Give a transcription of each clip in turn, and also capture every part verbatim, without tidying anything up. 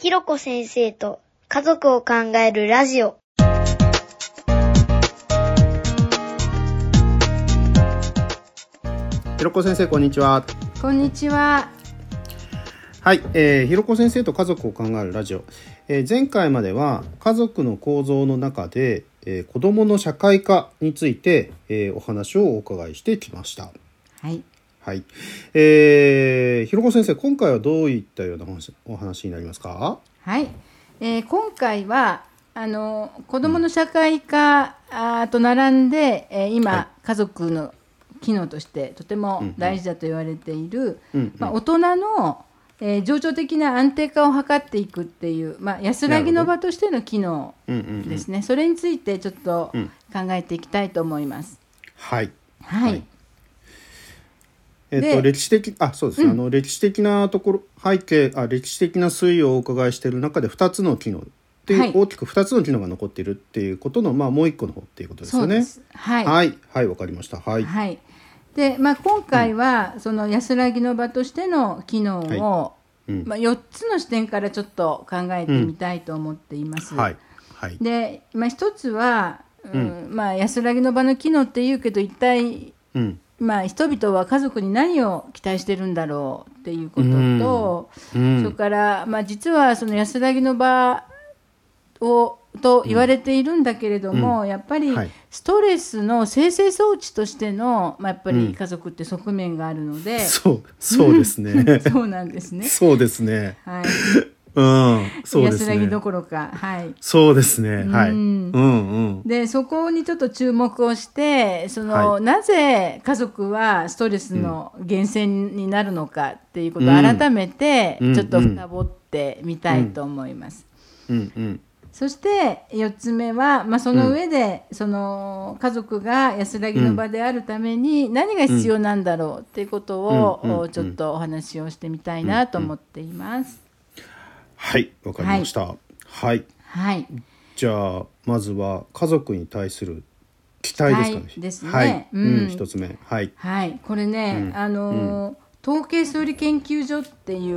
ひろこ先生と家族を考えるラジオ。 ひろこ先生、こんにちは。 こんにちは。 はい、えー、ひろこ先生と家族を考えるラジオ、えー、前回までは家族の構造の中で、えー、子どもの社会化について、えー、お話をお伺いしてきました。 はいはい、えー、ひろこ先生、今回はどういったようなお話、お話になりますか？ はい、えー、今回はあの子どもの社会化、うん、と並んで、えー、今、はい、家族の機能としてとても大事だと言われている、うんうんまあ、大人の、えー、情緒的な安定化を図っていくっていう、まあ、安らぎの場としての機能ですね、うんうんうん、それについてちょっと考えていきたいと思います。 はい、 はいはいえー、と歴史的あそうですね、うん、あの歴史的なところ背景あ歴史的な推移をお伺いしている中でふたつの機能っていう、はい、大きくふたつの機能が残っているっていうことの、まあ、もういっこの方っていうことですよね。 そうです。はいはいはいわかりました。はい、 はいでまあ、今回はその安らぎの場としての機能を、はいうんまあ、よっつの視点からちょっと考えてみたいと思っています。うんはいはい、で、まあ、ひとつは、うんまあ、安らぎの場の機能っていうけど一体、うんまあ、人々は家族に何を期待してるんだろうっていうことと、うんうん、それから、まあ、実はその安らぎの場をと言われているんだけれども、うん、やっぱりストレスの生成装置としての、まあ、やっぱり家族って側面があるので、うん、 そうそうですねそうなんですねそうですねはいうん、そうですね、 安らぎどころか、はい、 そうですね、はい、うんうん、でそこにちょっと注目をしてその、はい、なぜ家族はストレスの源泉になるのかっていうことを改めてちょっと深掘ってみたいと思います。 うんうんうんうん、 そしてよっつめは、まあ、その上で、うん、その家族が安らぎの場であるために何が必要なんだろうっていうことを、うんうん、ちょっとお話をしてみたいなと思っています。 はい、わかりました。はい、はいはい、 じゃあまずは家族に対する期待ですかね。 ですね。 はい、 うん、 一つ目、はい、 はい、これね、うん、あの、うん、統計数理研究所っていう、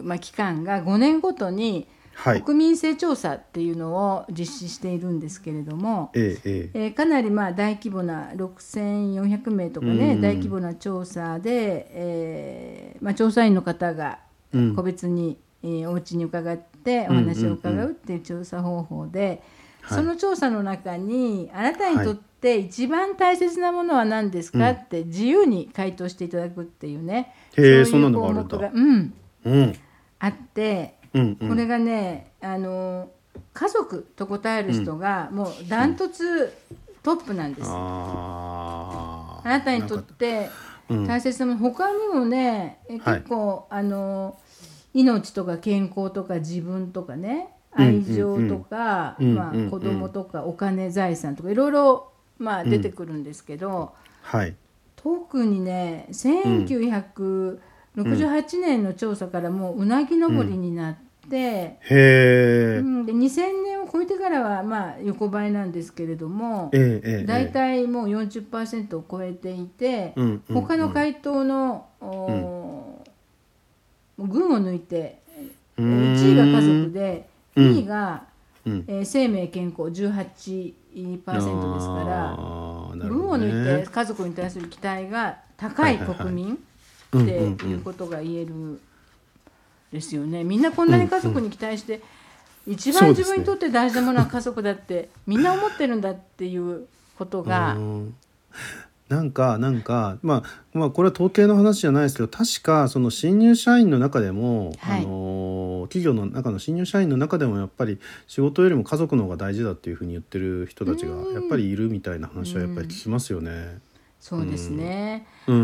まあ、機関がごねんごとに国民性調査っていうのを実施しているんですけれども、 えええー、かなりまあ大規模なろくせんよんひゃくめいとかね、うん、大規模な調査で、えーまあ、調査員の方が個別に、うんえー、お家に伺ってお話を伺うっていう調査方法で、うんうんうん、その調査の中に、はい、あなたにとって一番大切なものは何ですか、はい、って自由に回答していただくっていうね、 うん、そういう項目が、 うんうん、 あって、うんうん、これがねあの家族と答える人がもうダントツトップなんです、うん、あ, あなたにとって大切なもの、うん、他にもね結構、はい、あの命とか健康とか自分とかね愛情とか、うんうんまあ、子供とかお金財産とかいろいろ、まあ、出てくるんですけど、うんはい、特にねせんきゅうひゃくろくじゅうはちねんの調査からもううなぎ登りになって、 うんへうん、でにせんねんを超えてからはまあ横ばいなんですけれども、 ええだいたいもう よんじゅっパーセント を超えていて、うんうんうん、他の回答の、うん、群を抜いていちいが家族でにいが、うんえー、生命健康 じゅうはちパーセント ですから、群を抜いて家族に対する期待が高い国民っていうことが言えるですよね。みんなこんなに家族に期待して、うんうん、一番自分にとって大事なものは家族だってみんな思ってるんだっていうことがなんかなんか、まあ、まあこれは統計の話じゃないですけど確かその新入社員の中でも、はい、あの企業の中の新入社員の中でもやっぱり仕事よりも家族の方が大事だっていうふうに言ってる人たちがやっぱりいるみたいな話はやっぱり聞きますよね。うん、 そうですね、 うん、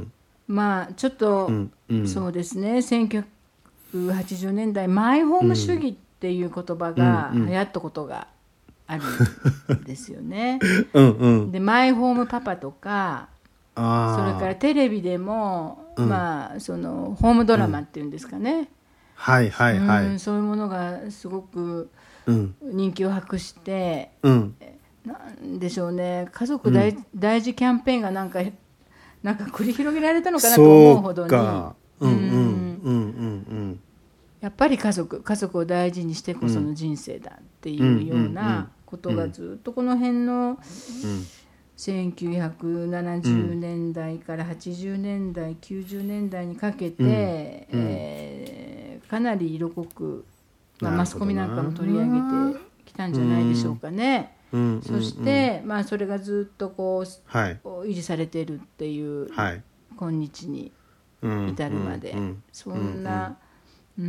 まあちょっと、うんうん、そうですねせんきゅうひゃくはちじゅうねんだいマイホーム主義っていう言葉が流行ったことがあるんですよね。うん、うん、でマイホームパパとかあそれからテレビでも、うんまあ、そのホームドラマっていうんですかね、うん、 はいはいはい、 うん、そういうものがすごく人気を博して、 うん、 なんでしょうね家族 大,、うん、大事キャンペーンがなんかなんか繰り広げられたのかなと思うほどにそうかうんうんうんうんうんやっぱり家族家族を大事にしてこその人生だっていうようなことがずっとこの辺のせんきゅうひゃくななじゅうねんだいからはちじゅうねんだいきゅうじゅうねんだいにかけて、うんえー、かなり色濃く、まあ、マスコミなんかも取り上げてきたんじゃないでしょうかね。うん、そして、まあ、それがずっとこう、はい、維持されているっていう、はい、今日に至るまで、うんうん、そんな、うんうん、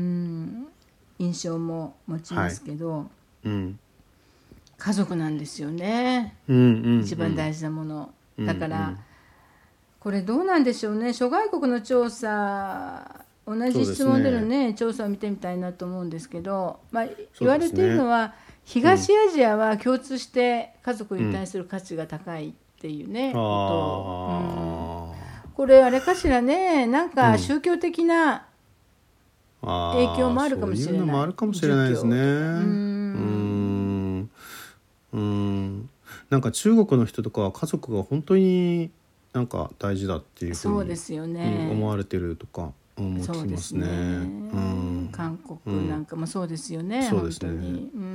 印象も持ちますけど、はいうん家族なんですよね、うんうんうん、一番大事なものだから、うんうん、これどうなんでしょうね。諸外国の調査同じ質問での、ね、調査を見てみたいなと思うんですけど、まあ、言われているのは、ね、東アジアは共通して家族に対する価値が高いっていうね、うん、こと、うん、これあれかしらね、なんか宗教的な影響もあるかもしれない、そういうのもあるかもしれないですね。うんうんなんか中国の人とかは家族が本当になんか大事だっていうふうに思われてるとか思いますね。うん、 韓国なんかもそうですよね、うん、そうですね。本当に、うん、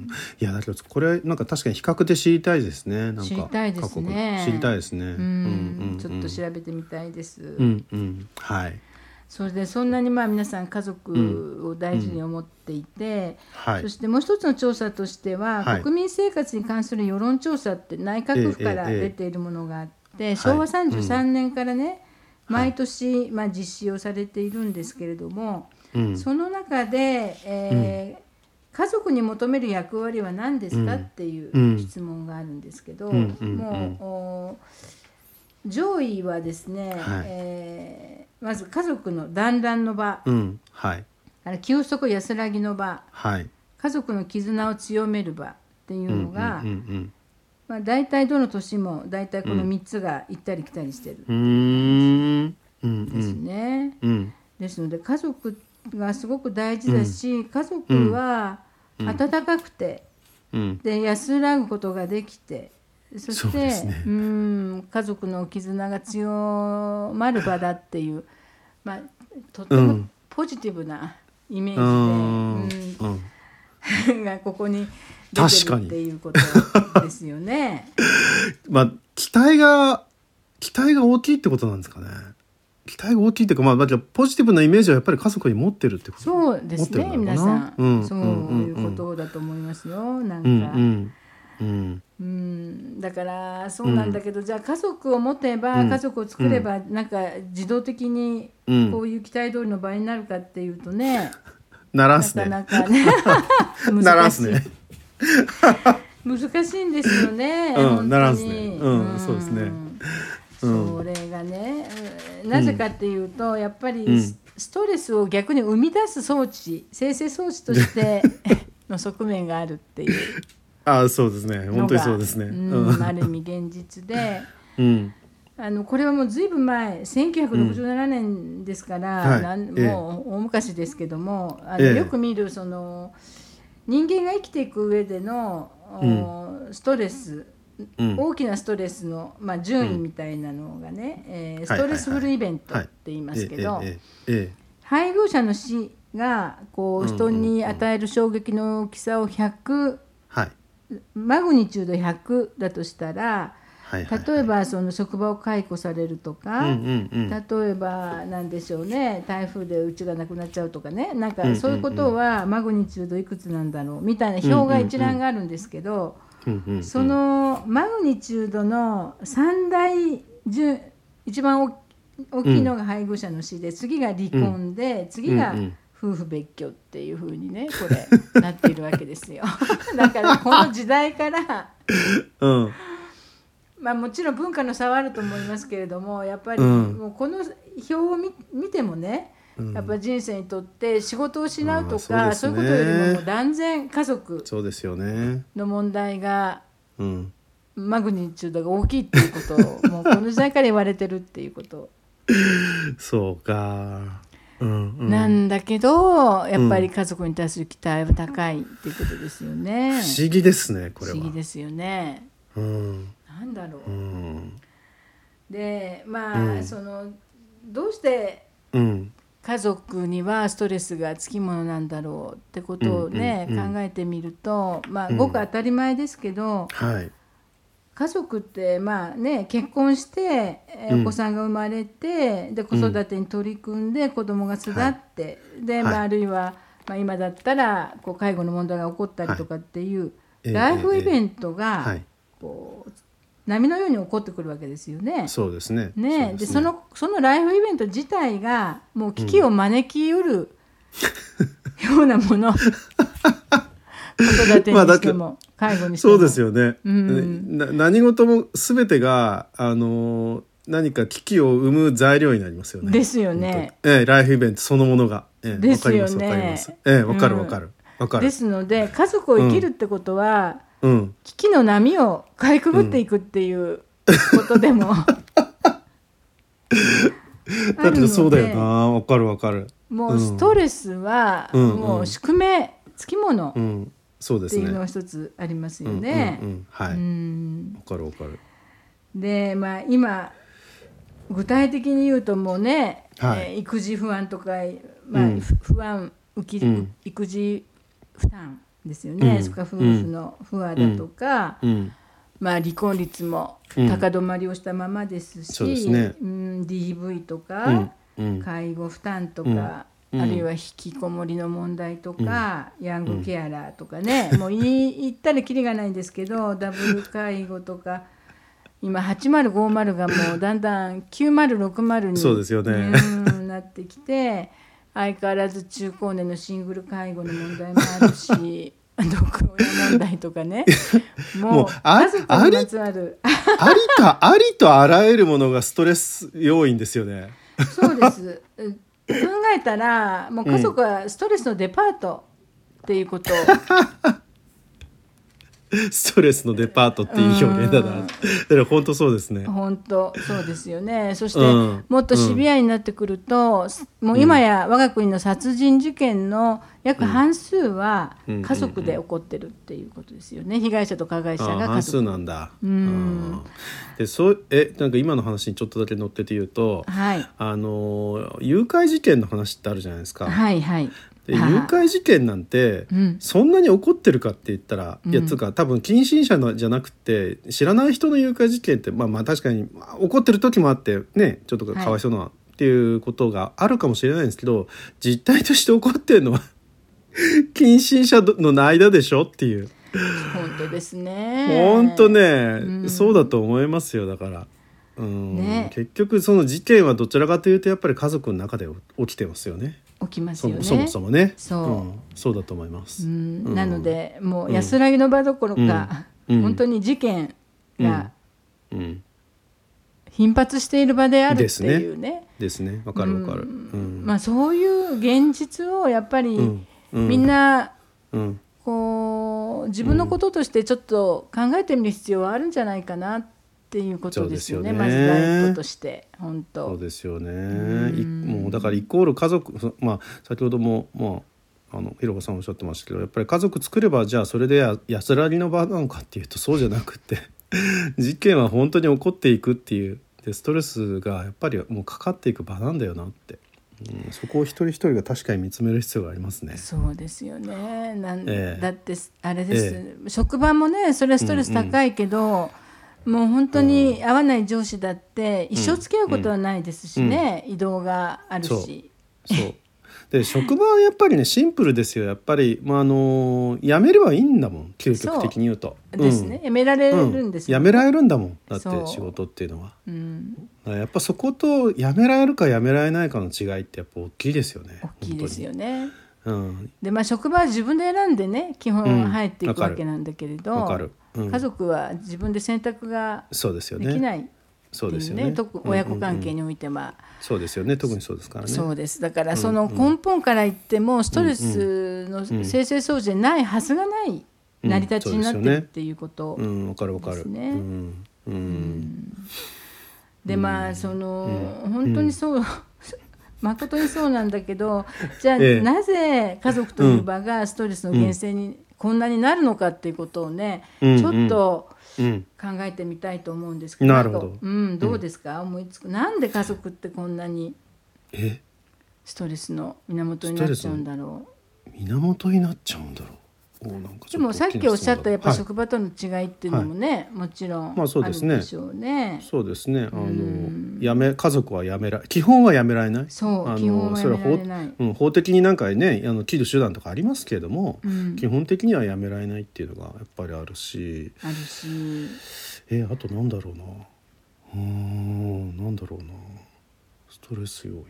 いやだけどこれなんか確かに比較で知りたいですね。なんか知りたいですね。 知りたいですね。うんうんうん、ちょっと調べてみたいです。 うんうんはいそれでそんなにまあ皆さん家族を大事に思っていて、うんうん、そしてもう一つの調査としては、はい、国民生活に関する世論調査って内閣府から出ているものがあって、ええええ、しょうわさんじゅうさんねんからね、はい、毎年、まあ、実施をされているんですけれども、はい、その中で、えーうん、家族に求める役割は何ですか、うん、っていう質問があるんですけど、うんうん、もう上位はですね、はいえーまず家族の団らんの場、うんはい、あの休息安らぎの場、はい、家族の絆を強める場っていうのが、うんうんうんうんまあ、大体どの年も大体このみっつが行ったり来たりしてるんですね、うんうん、ですので家族がすごく大事だし、うん、家族は温かくて、うん、で安らぐことができてそして、ね、うん家族の絆が強まる場だっていう、まあ、とってもポジティブなイメージで、うんうん、がここに出てるっていうことですよね。 まあ期待が期待が大きいってことなんですかね。期待が大きいっていうか、まあ、まあ、ポジティブなイメージはやっぱり家族に持ってるってこと。 そうですね皆さん、うん、そういうことだと思いますよ。なんか、うんうんうんうん、だからそうなんだけど、うん、じゃあ家族を持てば、うん、家族を作れば、うん、なんか自動的にこういう期待通りの場合になるかっていうとね、 ならんすねなかなかねならんすね難しいんですよね、 うん、ならんすね、うん、うん、そうですね、 うん、それがね、なぜかっていうとやっぱりストレスを逆に生み出す装置、生成装置としての側面があるっていうああそうですね本当にそうですね、 うん、ある意味現実で、うん、あのこれはもうずいぶん前せんきゅうひゃくろくじゅうななねんですから、うんはい、なんもう大昔ですけども、あのよく見るその人間が生きていく上での、うん、ストレス、うん、大きなストレスの、まあ、順位みたいなのがね、うんえー、ストレスフルイベントって言いますけど、配偶者の死がこう人に与える衝撃の大きさをひゃく、はいマグニチュードひゃくだとしたら、はいはいはい、例えばその職場を解雇されるとか、うんうんうん、例えば何でしょうね、台風で家がなくなっちゃうとかね、なんかそういうことはマグニチュードいくつなんだろうみたいな表が一覧があるんですけど、うんうんうん、そのマグニチュードのさん大順、一番大きいのが配偶者の死で、次が離婚で、うん、次が夫婦別居っていう風にねこれなっているわけですよだからこの時代から、うんまあ、もちろん文化の差はあると思いますけれども、やっぱりもうこの表を 見, 見てもね、やっぱ人生にとって仕事を失うとか、うん そう, ね、そういうことよりももう断然家族の問題が、うん、マグニチュードが大きいっていうことをもうこの時代から言われてるっていうことそうかうんうん、 なんだけどやっぱり家族に対する期待は高いっていうことですよね、 うん、不思議ですねこれは。 不思議ですよね、うん、なんだろう、うん、でまあ、うん、そのどうして家家族にはストレスがつきものなんだろうってことをね、うんうんうん、考えてみると、まあ、ごく当たり前ですけど、うんはい、家族ってまあ、ね、結婚してお子さんが生まれて、うん、で子育てに取り組んで子供が育って、うんでまあ、あるいは、まあ、今だったらこう介護の問題が起こったりとかっていう、はい、ライフイベントがこう波のように起こってくるわけですよね。 そうですね。 ね、でそのそのライフイベント自体がもう危機を招きうる、うん、ようなもの。子育てにしても、まあ、介護にしても。 そうですよね。うん、な何事も全てがあの何か危機を生む材料になりますよね。 ですよね。 ええ、ライフイベントそのものが。ええ、 ですよね。 わかります。わかります。ええ、わかるわかる。わかる。 ですので家族を生きるってことは。うんうん、危機の波をかいくぐっていくっていうことでも、うん、だってそうだよな。わかるわかる。 もうストレスはもう宿命つきものっていうのが一つありますよね。 はい。わかるわかる。 でまあ今具体的に言うともうね、はいえー、育児不安とか、まあうん、不安うき、うん、育児負担ですよね、うん、それから夫婦の不和だとか、うんまあ、離婚率も高止まりをしたままですし、うんですねうん、ディーブイ とか、うん、介護負担とか、うん、あるいは引きこもりの問題とか、うん、ヤングケアラーとかね、うん、もう言い、言ったらきりがないんですけどダブル介護とか今はちまるごまるがもうだんだんきゅうまるろくまるにそうですよね、 うん、なってきて相変わらず中高年のシングル介護の問題もあるし毒親問題とかねもう家族にまつわるありとありとあらゆるものがストレス要因ですよね。 そうです考えたらもう家族はストレスのデパートっていうことを、うんストレスのデパートっていう表現だな。だから本当そうですね。 本当そうですよね。そして、うん、もっとシビアになってくると、うん、もう今や我が国の殺人事件の約半数は家族で起こってるっていうことですよね。被害者と加害者が家族。 半数なんだ。 うん、 でそうえなんか今の話にちょっとだけ載ってて言うと、 はい、 あの誘拐事件の話ってあるじゃないですか。 はいはい。 で誘拐事件なんてそんなに起こってるかって言ったら、うん、いやつうか多分近親者のじゃなくて知らない人の誘拐事件ってまあまあ確かに起こってる時もあってねちょっとかわいそうなっていうことがあるかもしれないんですけど、はい、実態として起こってるのは近親者の間でしょっていう。 本当ですね。 本当ね、うん、そうだと思いますよ。だからうん、ね、結局その事件はどちらかというとやっぱり家族の中で起きてますよね。 起きますよね。 そもそもね。 そう、うん、 そうだと思います。 うんうん、なのでもう安らぎの場どころか、うん、本当に事件が頻発している場であるっていうね。 ですね。わかるわかる。うんまあそういう現実をやっぱり、うんうん、みんな、うん、こう自分のこととしてちょっと考えてみる必要はあるんじゃないかなっていうことですよね。まず第一歩として本当そうですよね。もうだからイコール家族、まあ、先ほども、まあ、あのひろこさんおっしゃってましたけどやっぱり家族作ればじゃあそれでや安らぎの場なのかっていうとそうじゃなくて事件は本当に起こっていくっていうでストレスがやっぱりもうかかっていく場なんだよなって、うん、そこを一人一人が確かに見つめる必要がありますね。 そうですよね。なん、えー、だってあれです、えー、職場もねそれはストレス高いけど、うんうんもう本当に合わない上司だって一生付き合うことはないですしね、うんうん、移動があるしそうそうで職場はやっぱりねシンプルですよやっぱり、まあ、あの辞めればいいんだもん究極的に言うとそうですね、うん、辞められるんですよ、 ねうん、辞められるんだもんだって仕事っていうのは、うん、やっぱそこと辞められるか辞められないかの違いってやっぱ大きいですよね。 大きいですよね。 うん、 でまあ、職場は自分で選んでね基本入っていくわけなんだけれど、 うん、わかるうん、 家族は自分で選択ができないっていうね、 そうですよね、 特親子関係においては、うんうん、 そうですよね特にそうですからね。 そうですだからその根本から言ってもストレスの生成掃除でないはずがない成り立ちになってるっていうことですね。 わかるわかる、うんうん、 でまあその、うん、本当にそう、うん誠にそうなんだけどじゃあ、ええ、なぜ家族という場がストレスの源泉にこんなになるのかっていうことをね、うん、ちょっと考えてみたいと思うんですけど、 なるほど、 うん、どうですか、うん、思いつくなんで家族ってこんなにストレスの源になっちゃうんだろう。源になっちゃうんだろう。なんかでもさっきおっしゃったやっぱ職場との違いっていうのもね、はい、もちろんあるでしょうね。 そうですね。あのやめ家族はやめら基本はやめられない。 そうあの基本はやめられない。 それは法、うん、法的になんかねあの切る手段とかありますけれども、うん、基本的にはやめられないっていうのがやっぱりあるし。 あるし。 えあとなんだろうな。うーんなんだろうな。ストレス要因。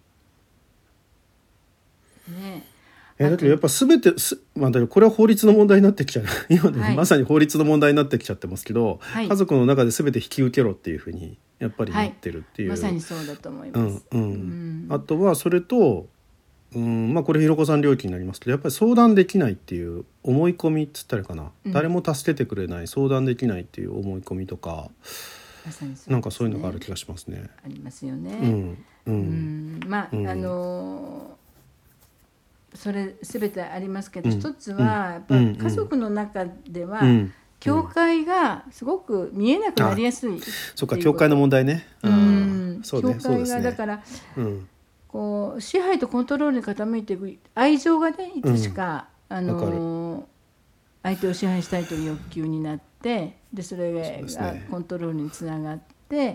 ね。 えだけどやっぱ全てす、まあ、だこれは法律の問題になってきちゃう今でもまさに法律の問題になってきちゃってますけど、はい、家族の中で全て引き受けろっていうふうにやっぱりなってるっていう、 はい、まさにそうだと思います、 うんうんうん、あとはそれと、うんまあ、これひろこさん領域になりますけどやっぱり相談できないっていう思い込みっつったらいいかな、うん、誰も助けてくれない相談できないっていう思い込みとか、まさにそうですね、なんかそういうのがある気がしますね。 ありますよね。 うんうんうんまあ、うん、あのーそれ全てありますけど、うん、一つはやっぱ家族の中では、うん、境界がすごく見えなくなりやすい、うん、 そうか境界の問題ね。 うんそうね境界がだから、うん、こう支配とコントロールに傾いていく愛情がねいつしか、うん、あの相手を支配したいという欲求になってでそれがコントロールにつながって、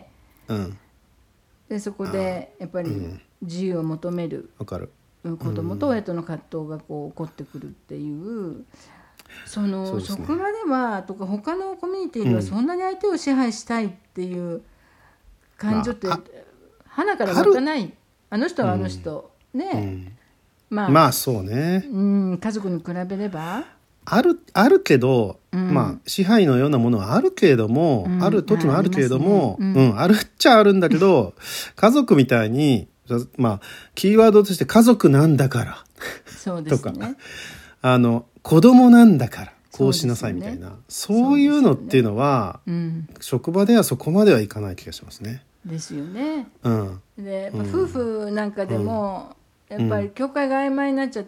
うん、でそこでやっぱり自由を求める。 わかる子供と親との葛藤がこう起こってくるっていう、そのそうですね、職場ではとか他のコミュニティではそんなに相手を支配したいっていう感情って、まあ、鼻から湧かない。あの人はあの人、うん、ね、うん、まあまあそうね、 うん、家族に比べればあるあるけど、うん、まあ支配のようなものはあるけれども、うん、ある時もあるけれども、あ、ね、うんうん、あるっちゃあるんだけど家族みたいにまあキーワードとして家族なんだからそうです、ね、 とかあの子供なんだからこうしなさいみたいな そう、ね、そういうのっていうのは、ねうん、職場ではそこまではいかない気がしますね。 ですよね。 うん、 で、うん、夫婦なんかでも、うん、やっぱり境界が曖昧になっちゃって、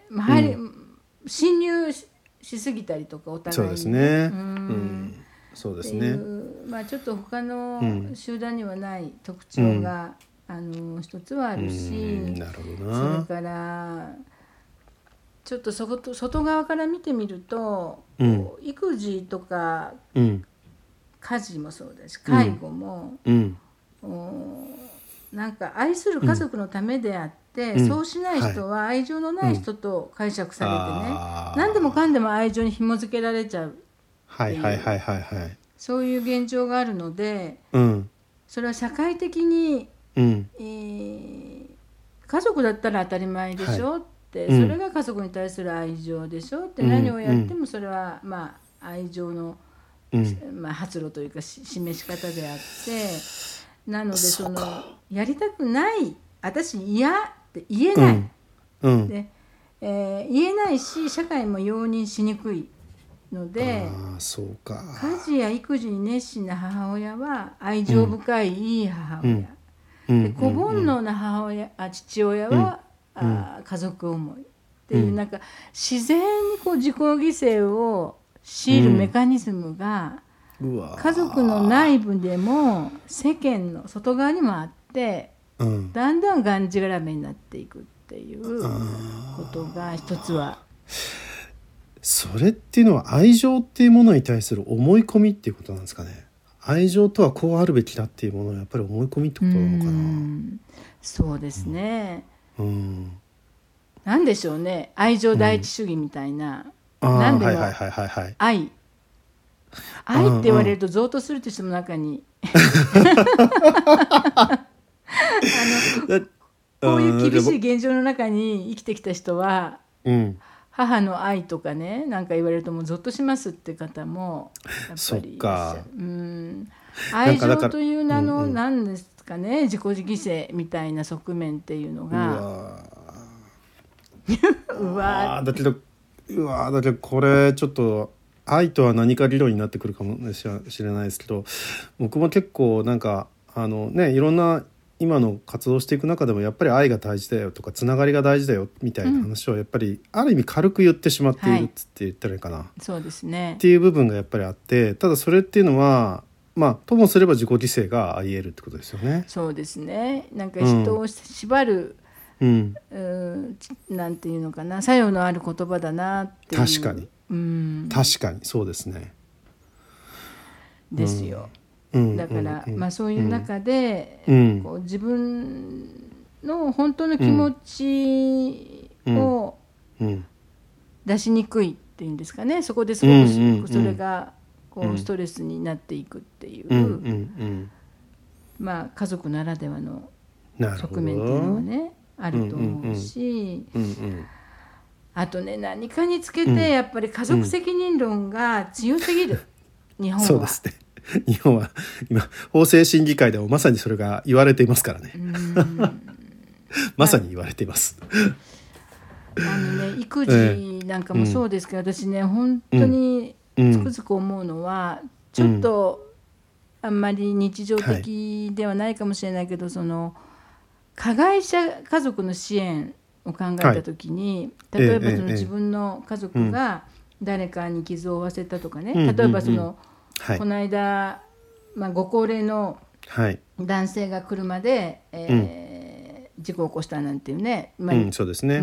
まあ入りうん、侵入 し, しすぎたりとかお互いに、 そうですね、うんうん、そうですね。 まあ、ちょっと他の集団にはない特徴が、うんあの一つはあるし、 なるほどな。 それからちょっと 外, 外側から見てみると、うん、育児とか、うん、家事もそうだし介護も、うんうん、なんか愛する家族のためであって、うん、そうしない人は愛情のない人と解釈されてね、うん、何でもかんでも愛情に紐付けられちゃうっていう、 はいはいはいはいはい、 そういう現状があるので、 うん、 それは社会的にうんえー、家族だったら当たり前でしょ、はい、って、うん、それが家族に対する愛情でしょって、うん、何をやってもそれは、まあ、愛情の、うんまあ、発露というか示し方であってなのでそのやりたくない私嫌って言えない、うんうんでえー、言えないし社会も容認しにくいのであそうか家事や育児に熱心な母親は愛情深い、うん、いい母親、うんで子煩悩な母親あ父親は、うん、あ家族思いっていう、うん、なんか自然にこう自己犠牲を強いるメカニズムが、うん、家族の内部でも世間の外側にもあって、うん、だんだんがんじがらめになっていくっていうことが一つは。 それっていうのは愛情っていうものに対する思い込みっていうことなんですかね。愛情とはこうあるべきだっていうものをやっぱり思い込みってことなのかな。うんそうですね、 うん、 なんでしょうね愛情第一主義みたいな、 うん、 なんでもはいはいはいはいはい、 愛愛って言われると贈答するという人の中にあのこういう厳しい現状の中に生きてきた人は、うん母の愛とかねなんか言われるともうゾッとしますって方もやっぱりいらっしゃる。うん愛情という名の、うんうん、何ですかね自己犠牲みたいな側面っていうのがうわーだけどうわーだけどこれちょっと愛とは何か理論になってくるかもしれないですけど僕も結構なんかあのねいろんな今の活動していく中でもやっぱり愛が大事だよとかつながりが大事だよみたいな話をやっぱりある意味軽く言ってしまっているっつって言ったらいいかな、はい、 そうですねっていう部分がやっぱりあってただそれっていうのはまあともすれば自己犠牲があり得るってことですよね。 そうですねなんか人を縛る、 うん、 うなんていうのかな、作用のある言葉だなっていう。 確かに、うん、確かにそうですね。 ですよ、 うん、 だから、 うん、 まあ、そういう中で、 うん、 こう自分の本当の気持ちを出しにくいっていうんですかね、そこですごくそれがこうストレスになっていくっていう、うんうんうん、まあ、家族ならではの側面っていうのはねあると思うし、うんうんうん、あとね、何かにつけてやっぱり家族責任論が強すぎる、うん、日本は。 そうですね、日本は今法制審議会でもまさにそれが言われていますからね。うんまさに言われています。 あのね、育児なんかもそうですけど、うん、私ね本当につくづく思うのは、うん、ちょっとあんまり日常的ではないかもしれないけど、はい、その加害者家族の支援を考えた時に、はい、例えばその自分の家族が誰かに傷を負わせたとかね、うん、例えばその、うんうんうんはい、この間、まあ、ご高齢の男性が車で、はいえーうん、事故を起こしたなんていうね、まあうんそうですねうん、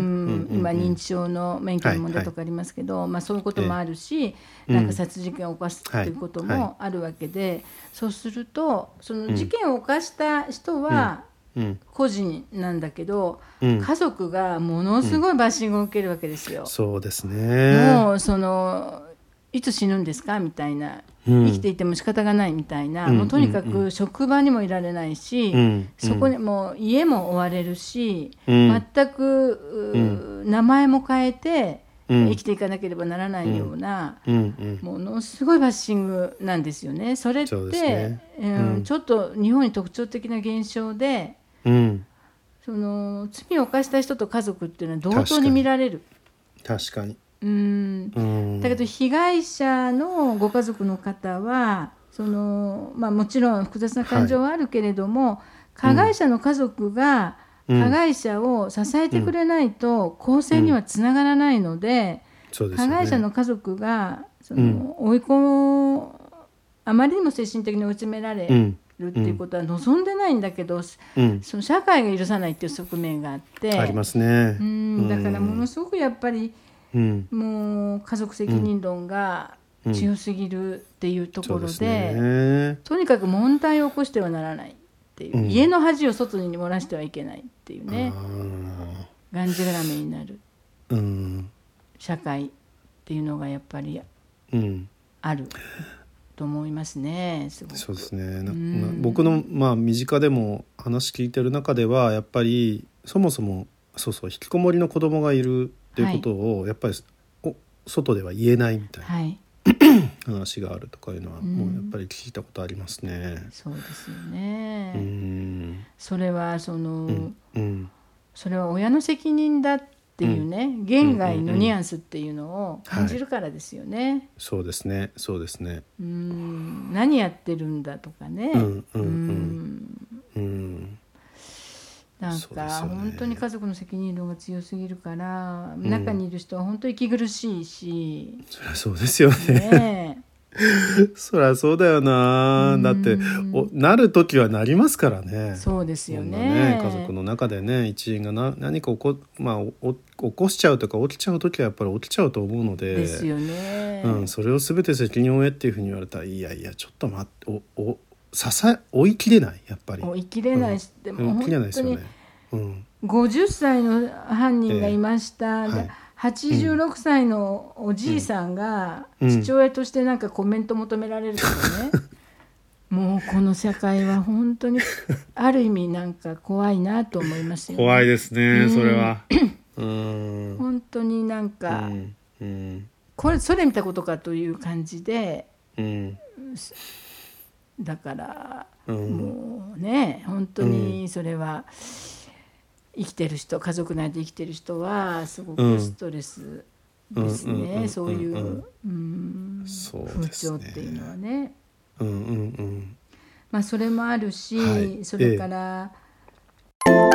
今認知症の免許の問題とかありますけど、はいはいまあ、そういうこともあるし、えー、なんか殺人事件を犯すっていうこともあるわけで、はいはい、そうするとその事件を犯した人は、うん、個人なんだけど、うん、家族がものすごいバッシングを受けるわけですよ、うん、 そうですね。 もうそのいつ死ぬんですかみたいな、うん、生きていても仕方がないみたいな、うん、もうとにかく職場にもいられないし、うん、そこにもう家も追われるし、うん、全く、うん、名前も変えて、うん、生きていかなければならないような、うん、ものすごいバッシングなんですよね。それって、ねうんうん、ちょっと日本に特徴的な現象で、うん、その罪を犯した人と家族っていうのは同等に見られる。 確かにうんうんだけど被害者のご家族の方はその、まあ、もちろん複雑な感情はあるけれども、はい、加害者の家族が加害者を支えてくれないと更生にはつながらないので、うんうん、加害者の家族がその、うん、追い込あまりにも精神的に追い詰められるっていうことは望んでないんだけど、うん、その社会が許さないっていう側面があってありますね、 うん、だからものすごくやっぱりうん、もう家族責任論が強すぎるっていうところ で,、うんうんね、とにかく問題を起こしてはならないっていう、うん、家の恥を外に漏らしてはいけないっていうね、がんじがらめになる、うん、社会っていうのがやっぱりあると思いますね。すごくそうですね、うん、僕の、まあ、身近でも話聞いてる中ではやっぱりそもそもそうそう引きこもりの子供がいるっていうことをやっぱりお外では言えないみたいな、はい、話があるとかいうのはもうやっぱり聞いたことありますね、 うん、そうですよね、うん、それはその、うんうん、それは親の責任だっていうね、うん、言外のニュアンスっていうのを感じるからですよね、はい、 そうですねそうですねうん何やってるんだとかね、うんうんうんうんなんか本当に家族の責任論が強すぎるから、うん、中にいる人は本当に息苦しいし、 そりゃそうですよね、ねそりゃそうだよな、だっておなる時はなりますからね。 そうですよね, ね家族の中でね一員がな何か起こ、まあ、お起こしちゃうとか起きちゃう時はやっぱり起きちゃうと思うのでですよね、 うん、それを全て責任を負えっていうふうに言われたらいやいやちょっと待っておお支え追い切れないやっぱり追い切れないし、うん、でも本当にごじゅっさいの犯人がいました、えーはい、はちじゅうろくさいのおじいさんが父親としてなんかコメント求められるとかね、うん、もうこの社会は本当にある意味なんか怖いなと思いますよね。 怖いですね、うん、それはうん本当になんか、うんうん、これそれ見たことかという感じで、うんだから、うん、もうね本当にそれは生きてる人家族内で生きてる人はすごくストレスですね、そういう、うん、風潮っていうのはね、うんうんうん、まあそれもあるし、はい、それから、ええ